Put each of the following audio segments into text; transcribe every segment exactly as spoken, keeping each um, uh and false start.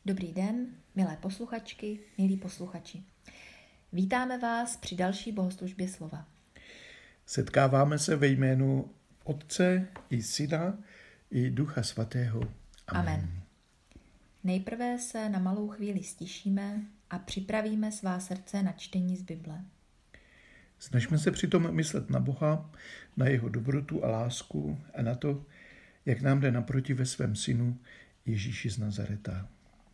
Dobrý den, milé posluchačky, milí posluchači. Vítáme vás při další bohoslužbě slova. Setkáváme se ve jménu Otce i Syna i Ducha Svatého. Amen. Amen. Nejprve se na malou chvíli stišíme a připravíme svá srdce na čtení z Bible. Snažme se přitom myslet na Boha, na jeho dobrotu a lásku a na to, jak nám jde naproti ve svém synu Ježíši z Nazareta.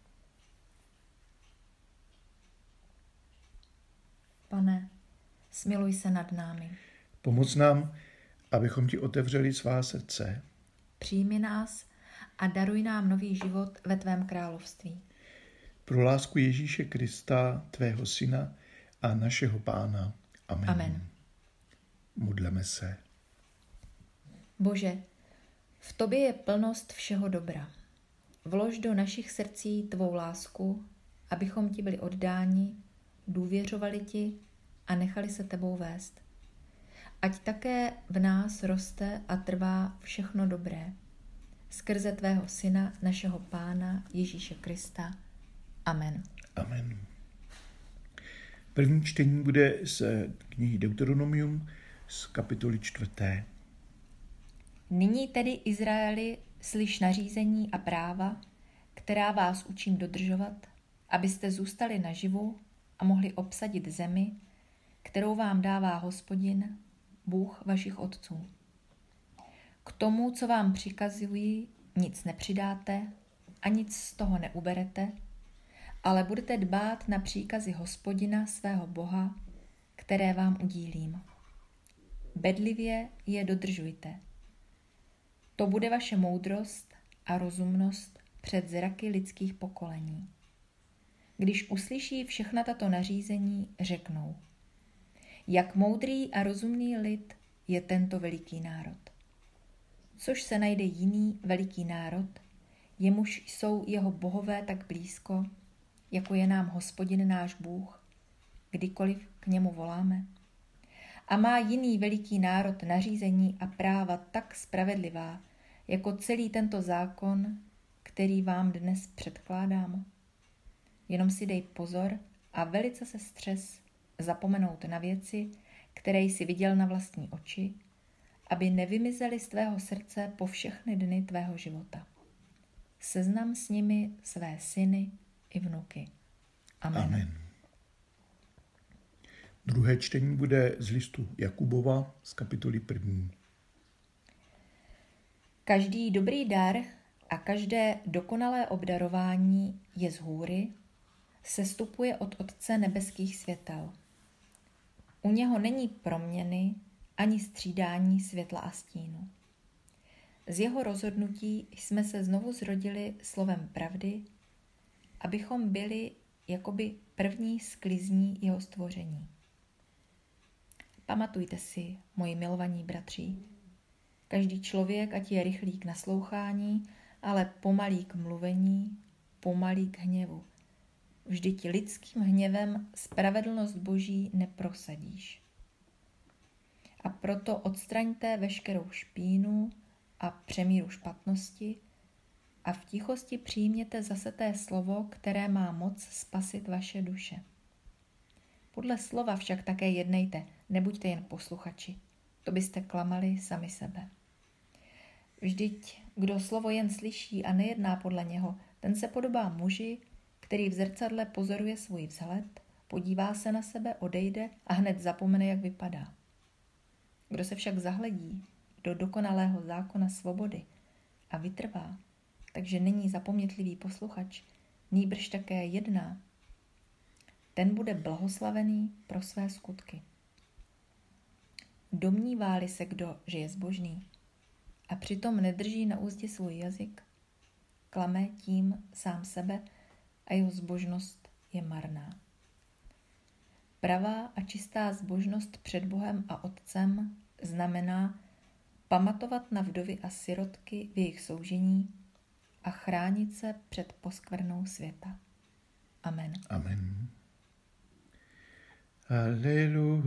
Pane, smiluj se nad námi. Pomoz nám, abychom ti otevřeli svá srdce. Přijmi nás a daruj nám nový život ve tvém království. Pro lásku Ježíše Krista, tvého syna a našeho Pána. Amen. Amen. Modleme se. Bože, v tobě je plnost všeho dobra. Vlož do našich srdcí tvou lásku, abychom ti byli oddáni, důvěřovali ti a nechali se tebou vést. Ať také v nás roste a trvá všechno dobré. Skrze tvého syna, našeho Pána Ježíše Krista. Amen. Amen. První čtení bude z knihy Deuteronomium z kapitoly čtvrté. Nyní tedy, Izraeli, slyš nařízení a práva, která vás učím dodržovat, abyste zůstali naživu a mohli obsadit zemi, kterou vám dává Hospodin, Bůh vašich otců. K tomu, co vám přikazuji, nic nepřidáte a nic z toho neuberete, ale budete dbát na příkazy Hospodina, svého Boha, které vám udílím. Bedlivě je dodržujte. To bude vaše moudrost a rozumnost před zraky lidských pokolení. Když uslyší všechna tato nařízení, řeknou: jak moudrý a rozumný lid je tento veliký národ. Což se najde jiný veliký národ, jemuž jsou jeho bohové tak blízko, jako je nám Hospodin náš Bůh, kdykoliv k němu voláme. A má jiný veliký národ nařízení a práva tak spravedlivá, jako celý tento zákon, který vám dnes předkládám. Jenom si dej pozor a velice se střes zapomenout na věci, které jsi viděl na vlastní oči, aby nevymizely z tvého srdce po všechny dny tvého života. Seznam s nimi své syny i vnuky. Amen. Amen. Druhé čtení bude z listu Jakubova z kapitoly první. Každý dobrý dar a každé dokonalé obdarování je z hůry, sestupuje od Otce nebeských světel. U něho není proměny ani střídání světla a stínu. Z jeho rozhodnutí jsme se znovu zrodili slovem pravdy, abychom byli jakoby první sklizní jeho stvoření. Pamatujte si, moji milovaní bratři, každý člověk ať je rychlý k naslouchání, ale pomalý k mluvení, pomalý k hněvu. Vždyť lidským hněvem spravedlnost Boží neprosadíš. A proto odstraňte veškerou špínu a přemíru špatnosti a v tichosti přijměte zase té slovo, které má moc spasit vaše duše. Podle slova však také jednejte, nebuďte jen posluchači, to byste klamali sami sebe. Vždyť, kdo slovo jen slyší a nejedná podle něho, ten se podobá muži, který v zrcadle pozoruje svůj vzhled, podívá se na sebe, odejde a hned zapomene, jak vypadá. Kdo se však zahledí do dokonalého zákona svobody a vytrvá, takže není zapomnětlivý posluchač, nýbrž také jedná, ten bude blahoslavený pro své skutky. Domnívá-li se kdo, že je zbožný, a přitom nedrží na úzdě svůj jazyk, klame tím sám sebe a jeho zbožnost je marná. Pravá a čistá zbožnost před Bohem a Otcem znamená pamatovat na vdovy a sirotky v jejich soužení a chránit se před poskvrnou světa. Amen. Amen.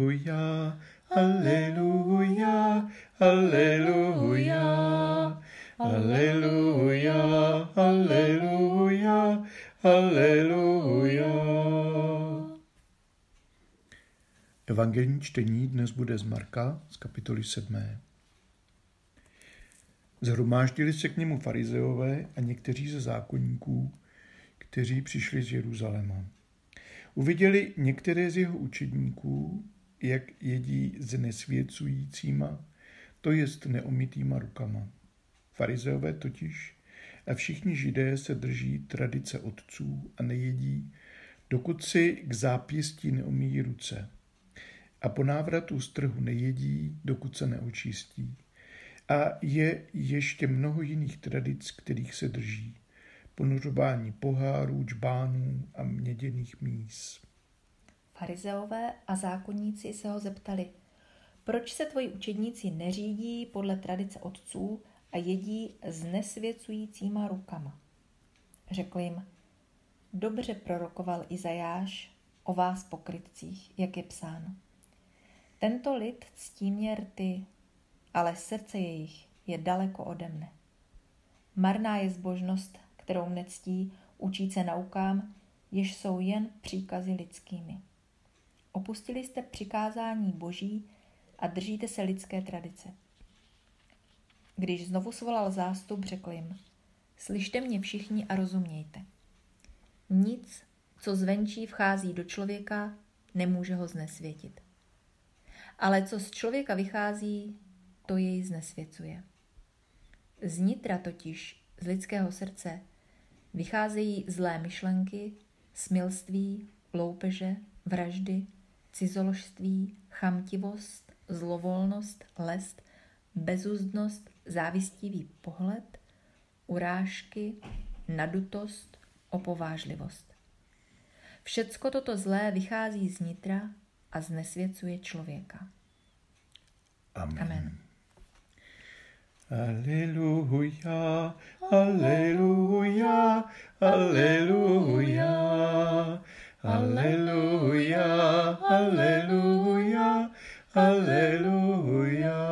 Aleluja, aleluja, aleluja, Aleluja, aleluja, aleluja. Evangelní čtení dnes bude z Marka, z kapitoly sedmé. Zhromáždili se k němu farizeové a někteří ze zákonníků, kteří přišli z Jeruzaléma. Uviděli některé z jeho učedníků, jak jedí s nesvěcujícíma, to jest neomytýma rukama. Farizeové totiž a všichni židé se drží tradice otců a nejedí, dokud si k zápěstí neomýjí ruce. A po návratu z trhu nejedí, dokud se neočistí. A je ještě mnoho jiných tradic, kterých se drží. Ponořování pohárů, džbánů a měděných míz. Farizeové a zákonníci se ho zeptali, proč se tvoji učedníci neřídí podle tradice otců a jedí s nesvěcujícíma rukama. Řekl jim, dobře prorokoval Izajáš o vás pokrytcích, jak je psáno. Tento lid ctí mě rty, ale srdce jejich je daleko ode mne. Marná je zbožnost, kterou nectí, učí se naukám, jež jsou jen příkazy lidskými. Opustili jste přikázání Boží a držíte se lidské tradice. Když znovu svolal zástup, řekl jim, slyšte mě všichni a rozumějte. Nic, co zvenčí vchází do člověka, nemůže ho znesvětit. Ale co z člověka vychází, to jej znesvěcuje. Znitra totiž, z lidského srdce, vycházejí zlé myšlenky, smilství, loupeže, vraždy, cizoložství, chamtivost, zlovolnost, lest, bezuzdnost, závistivý pohled, urážky, nadutost, opovážlivost. Všecko toto zlé vychází z nitra a znesvěcuje člověka. Amen. Amen. Aleluja, aleluja, aleluja, aleluja, aleluja, aleluja.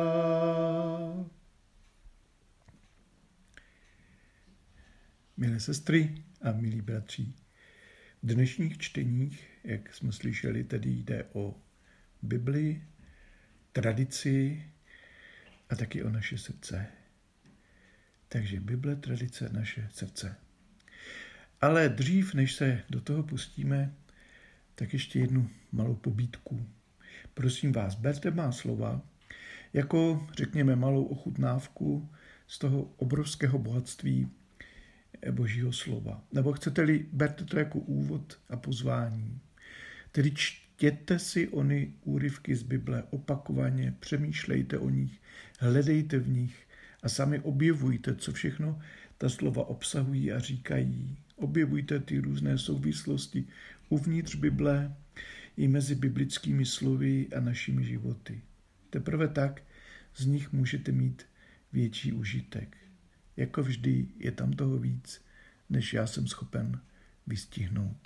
Milé sestry a milí bratři, v dnešních čteních, jak jsme slyšeli, tedy jde o Bibli, tradici a taky o naše srdce. Takže Bible, tradice, naše srdce. Ale dřív, než se do toho pustíme, tak ještě jednu malou pobídku. Prosím vás, berte má slova jako, řekněme, malou ochutnávku z toho obrovského bohatství Božího slova. Nebo chcete-li, berte to jako úvod a pozvání. Tedy čtěte si ony úryvky z Bible opakovaně, přemýšlejte o nich, hledejte v nich a sami objevujte, co všechno ta slova obsahují a říkají. Objevujte ty různé souvislosti uvnitř Bible i mezi biblickými slovy a našimi životy. Teprve tak z nich můžete mít větší užitek. Jako vždy je tam toho víc, než já jsem schopen vystihnout.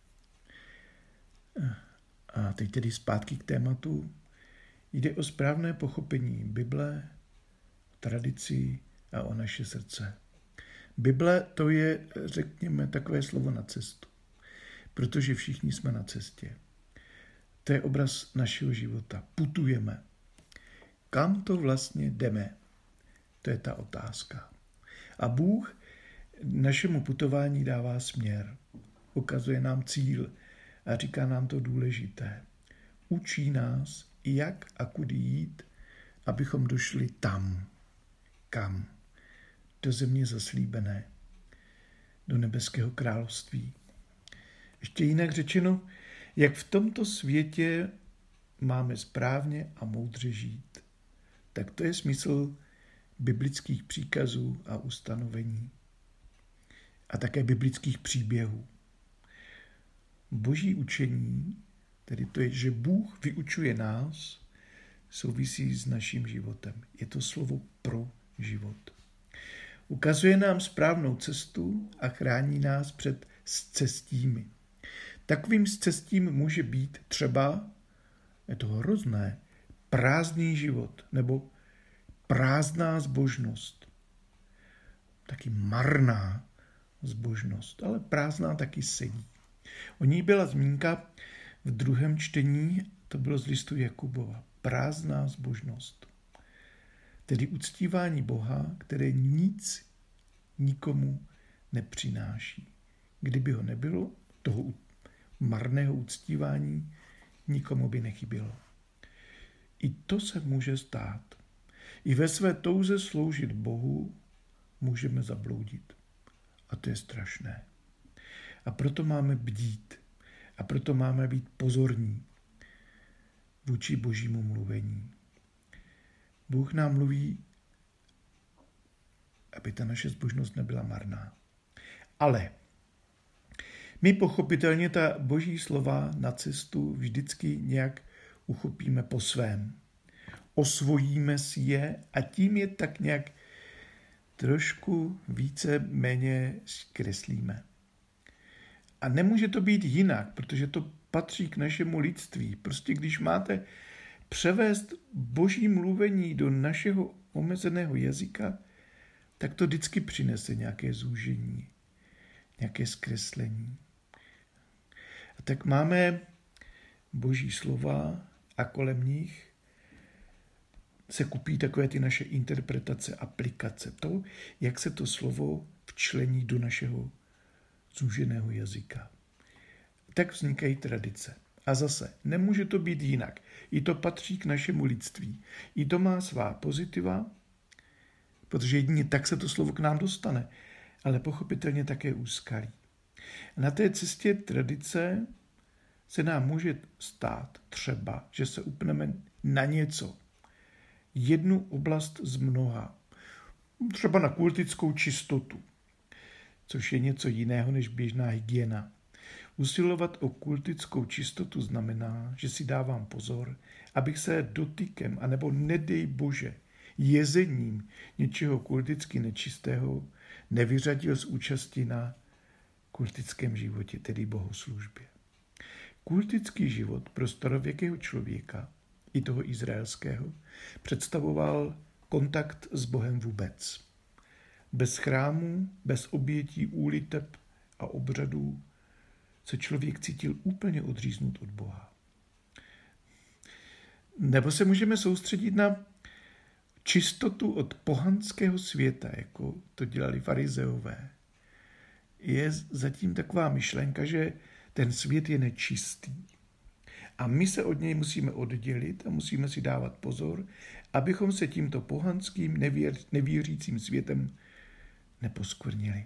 A teď tedy zpátky k tématu. Jde o správné pochopení Bible, tradici a o naše srdce. Bible to je, řekněme, takové slovo na cestu, protože všichni jsme na cestě. To je obraz našeho života. Putujeme. Kam to vlastně jdeme? To je ta otázka. A Bůh našemu putování dává směr. Ukazuje nám cíl a říká nám to důležité. Učí nás, jak a kudy jít, abychom došli tam. Kam? Do země zaslíbené. Do nebeského království. Ještě jinak řečeno, jak v tomto světě máme správně a moudře žít. Tak to je smysl biblických příkazů a ustanovení. A také biblických příběhů. Boží učení, tedy to je, že Bůh vyučuje nás, souvisí s naším životem. Je to slovo pro život. Ukazuje nám správnou cestu a chrání nás před scestími. Takovým scestím může být třeba, je to hrozné, prázdný život nebo prázdná zbožnost. taky marná zbožnost, ale prázdná taky sedí. O ní byla zmínka v druhém čtení, to bylo z listu Jakubova. Prázdná zbožnost. Tedy uctívání Boha, které nic nikomu nepřináší. Kdyby ho nebylo, toho marného uctívání, nikomu by nechybělo. I to se může stát. I ve své touze sloužit Bohu můžeme zabloudit. A to je strašné. A proto máme bdít. A proto máme být pozorní vůči Božímu mluvení. Bůh nám mluví, aby ta naše zbožnost nebyla marná. Ale my pochopitelně ta Boží slova na cestu vždycky nějak uchopíme po svém. Osvojíme si je a tím je tak nějak trošku více méně zkreslíme. A nemůže to být jinak, protože to patří k našemu lidství. Prostě když máte převést Boží mluvení do našeho omezeného jazyka, tak to vždycky přinese nějaké zúžení, nějaké zkreslení. A tak máme Boží slova a kolem nich se kupí takové ty naše interpretace, aplikace. To, jak se to slovo včlení do našeho zúženého jazyka. Tak vznikají tradice. A zase, nemůže to být jinak. I to patří k našemu lidství. I to má svá pozitiva, protože jedině tak se to slovo k nám dostane, ale pochopitelně také úskalí. Na té cestě tradice se nám může stát třeba, že se upneme na něco. Jednu oblast z mnoha. Třeba na kultickou čistotu, což je něco jiného než běžná hygiena. Usilovat o kultickou čistotu znamená, že si dávám pozor, abych se dotykem, anebo nedej Bože, jezením něčeho kulticky nečistého nevyřadil z účasti na kultickém životě, tedy bohoslužbě. Kultický život pro starověkého člověka, i toho izraelského, představoval kontakt s Bohem vůbec. Bez chrámů, bez obětí, úliteb a obřadů se člověk cítil úplně odříznut od Boha. Nebo se můžeme soustředit na čistotu od pohanského světa, jako to dělali farizeové. Je zatím taková myšlenka, že ten svět je nečistý. A my se od něj musíme oddělit a musíme si dávat pozor, abychom se tímto pohanským nevěr, nevěřícím světem neposkvrnili.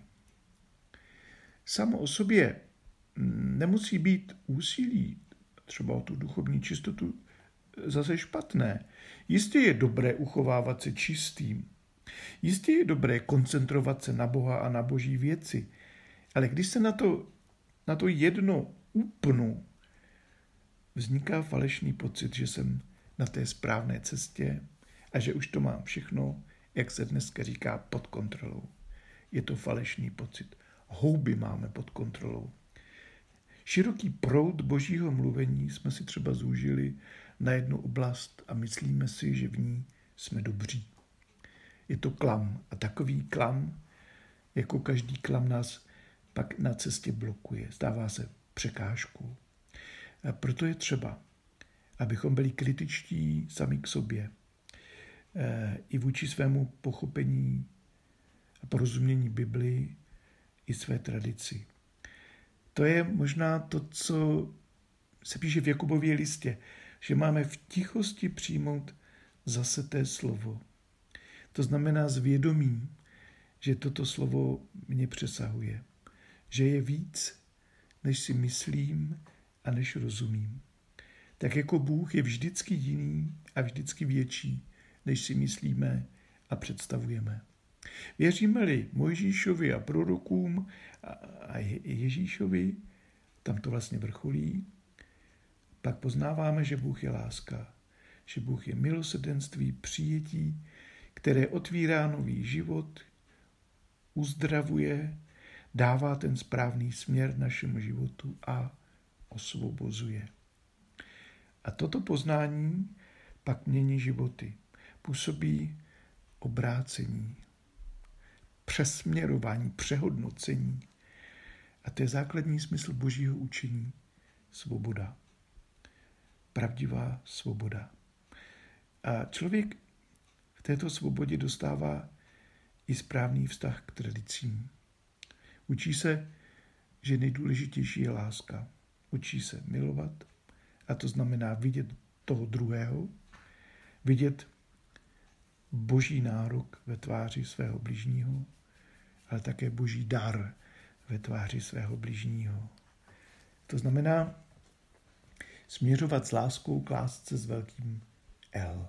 Samo o sobě nemusí být úsilí třeba o tu duchovní čistotu zase špatné. Jistě je dobré uchovávat se čistým. Jistě je dobré koncentrovat se na Boha a na Boží věci. Ale když se na to, na to jedno upnu, vzniká falešný pocit, že jsem na té správné cestě a že už to mám všechno, jak se dneska říká, pod kontrolou. Je to falešný pocit. Houby máme pod kontrolou. Široký proud Božího mluvení jsme si třeba zúžili na jednu oblast a myslíme si, že v ní jsme dobří. Je to klam a takový klam, jako každý klam, nás pak na cestě blokuje, stává se překážkou. A proto je třeba, abychom byli kritičtí sami k sobě i vůči svému pochopení a porozumění Biblii i své tradici. To je možná to, co se píše v Jakubově listě, že máme v tichosti přijmout zase té slovo. To znamená s vědomím, že toto slovo mě přesahuje, že je víc, než si myslím a než rozumím. Tak jako Bůh je vždycky jiný a vždycky větší, než si myslíme a představujeme. Věříme-li Mojžíšovi a prorokům a Ježíšovi, tam to vlastně vrcholí, pak poznáváme, že Bůh je láska, že Bůh je milosrdenství, přijetí, které otvírá nový život, uzdravuje, dává ten správný směr našemu životu a osvobozuje. A toto poznání pak mění životy, působí obrácení. přesměrování, přehodnocení. A to je základní smysl Božího učení. Svoboda. Pravdivá svoboda. A člověk v této svobodě dostává i správný vztah k tradicím. Učí se, že nejdůležitější je láska. Učí se milovat, a to znamená vidět toho druhého, vidět Boží nárok ve tváři svého bližního, ale také Boží dar ve tváři svého bližního. To znamená směřovat s láskou k lásce s velkým L.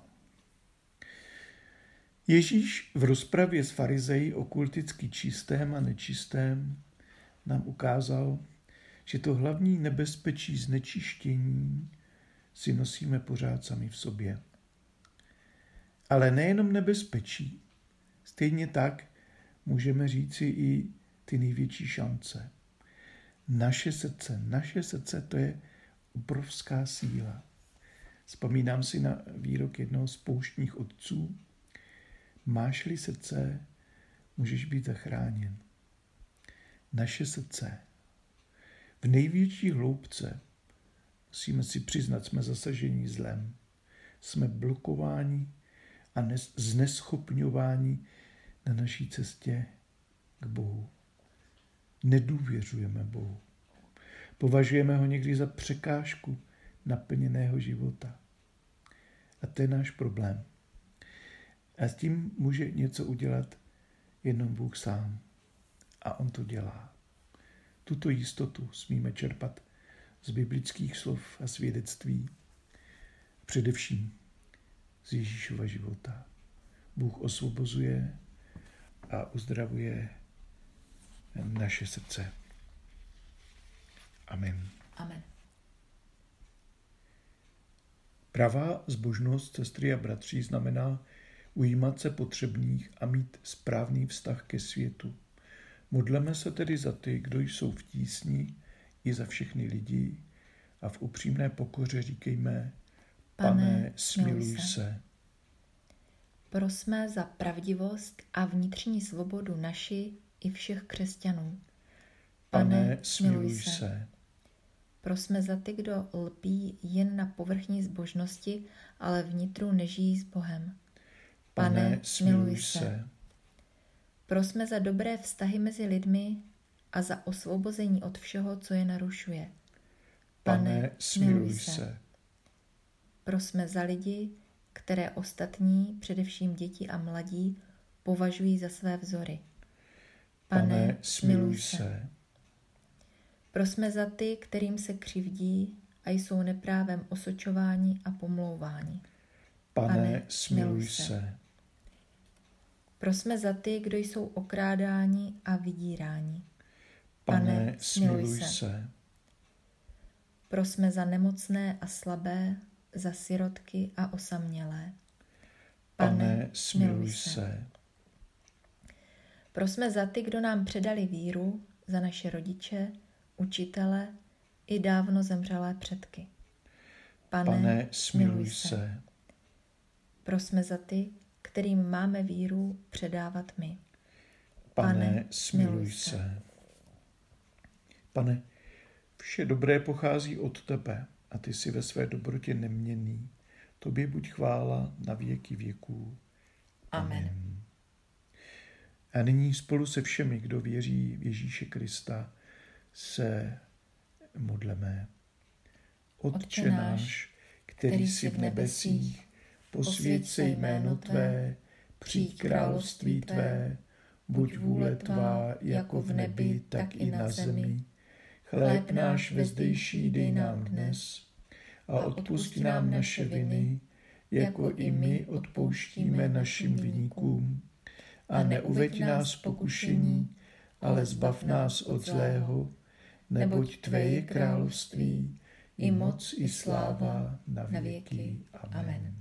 Ježíš v rozpravě s farizeji o kulticky čistém a nečistém nám ukázal, že to hlavní nebezpečí znečištění si nosíme pořád sami v sobě. Ale nejenom nebezpečí, stejně tak můžeme říci i ty největší šance. Naše srdce, naše srdce, to je obrovská síla. Vzpomínám si na výrok jednoho z pouštních otců. Máš-li srdce, můžeš být zachráněn. Naše srdce. V největší hloubce musíme si přiznat, jsme zasaženi zlem. Jsme blokováni a zneschopňováni na naší cestě k Bohu. Nedůvěřujeme Bohu. Považujeme ho někdy za překážku naplněného života. A to je náš problém. A s tím může něco udělat jenom Bůh sám. A on to dělá. Tuto jistotu smíme čerpat z biblických slov a svědectví, především z Ježíšova života. Bůh osvobozuje a uzdravuje naše srdce. Amen. Amen. Pravá zbožnost, sestry a bratři, znamená ujímat se potřebných a mít správný vztah ke světu. Modleme se tedy za ty, kdo jsou v tísni, i za všechny lidi a v upřímné pokoře říkejme: Pane, smiluj se. Prosme za pravdivost a vnitřní svobodu naši i všech křesťanů. Pane, smiluj se. Prosme za ty, kdo lpí jen na povrchní zbožnosti, ale vnitru nežijí s Bohem. Pane, smiluj se. Prosme za dobré vztahy mezi lidmi a za osvobození od všeho, co je narušuje. Pane, smiluj se. Prosme za lidi, které ostatní, především děti a mladí, považují za své vzory. Pane, smiluj se. Prosme za ty, kterým se křivdí a jsou neprávem osočováni a pomlouváni. Pane, smiluj se. Prosme za ty, kdo jsou okrádáni a vydíráni. Pane, smiluj se. Prosme za nemocné a slabé, za sirotky a osamělé. Pane, smiluj se. Prosme za ty, kdo nám předali víru, za naše rodiče, učitele i dávno zemřelé předky. Pane, Pane, smiluj se. Prosme za ty, kterým máme víru předávat my. Pane, smiluj se. Pane, vše dobré pochází od tebe a ty jsi ve své dobrotě neměnný. Tobě buď chvála na věky věků. Amen. Amen. A nyní spolu se všemi, kdo věří v Ježíše Krista, se modleme. Otče náš, který jsi v nebesích, posvěť se jméno tvé, přijď království tvé, buď vůle tvá jako v nebi, tak i na zemi. Chléb náš vezdejší dej nám dnes a odpusť nám naše viny, jako i my odpouštíme našim viníkům. A neuveď nás v pokušení, ale zbav nás od zlého, neboť tvé je království, i moc, i sláva na věky. Amen.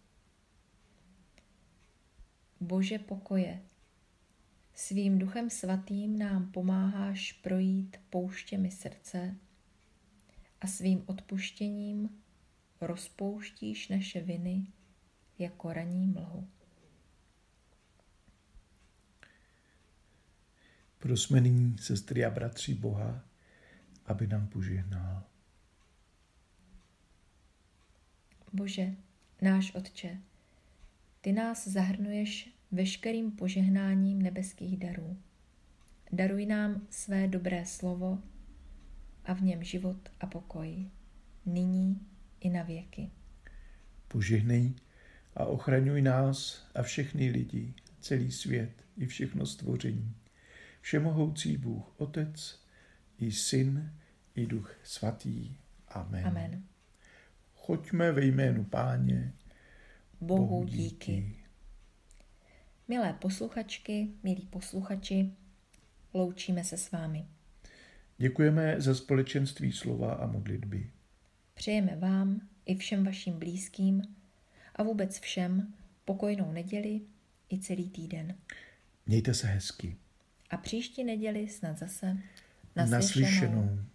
Bože pokoje, svým Duchem Svatým nám pomáháš projít pouštěmi srdce a svým odpuštěním rozpouštíš naše viny jako ranní mlhu. Prosme nyní, sestry a bratři, Boha, aby nám požehnal. Bože, náš Otče, ty nás zahrnuješ veškerým požehnáním nebeských darů. Daruj nám své dobré slovo a v něm život a pokoj, nyní i na věky. Požehnej a ochraňuj nás a všechny lidi, celý svět i všechno stvoření. Všemohoucí Bůh Otec i Syn i Duch Svatý. Amen. Amen. Choďme ve jménu Páně. Bohu, Bohu díky. díky. Milé posluchačky, milí posluchači, loučíme se s vámi. Děkujeme za společenství slova a modlitby. Přejeme vám i všem vašim blízkým a vůbec všem pokojnou neděli i celý týden. Mějte se hezky. A příští neděli snad zase naslyšenou. naslyšenou.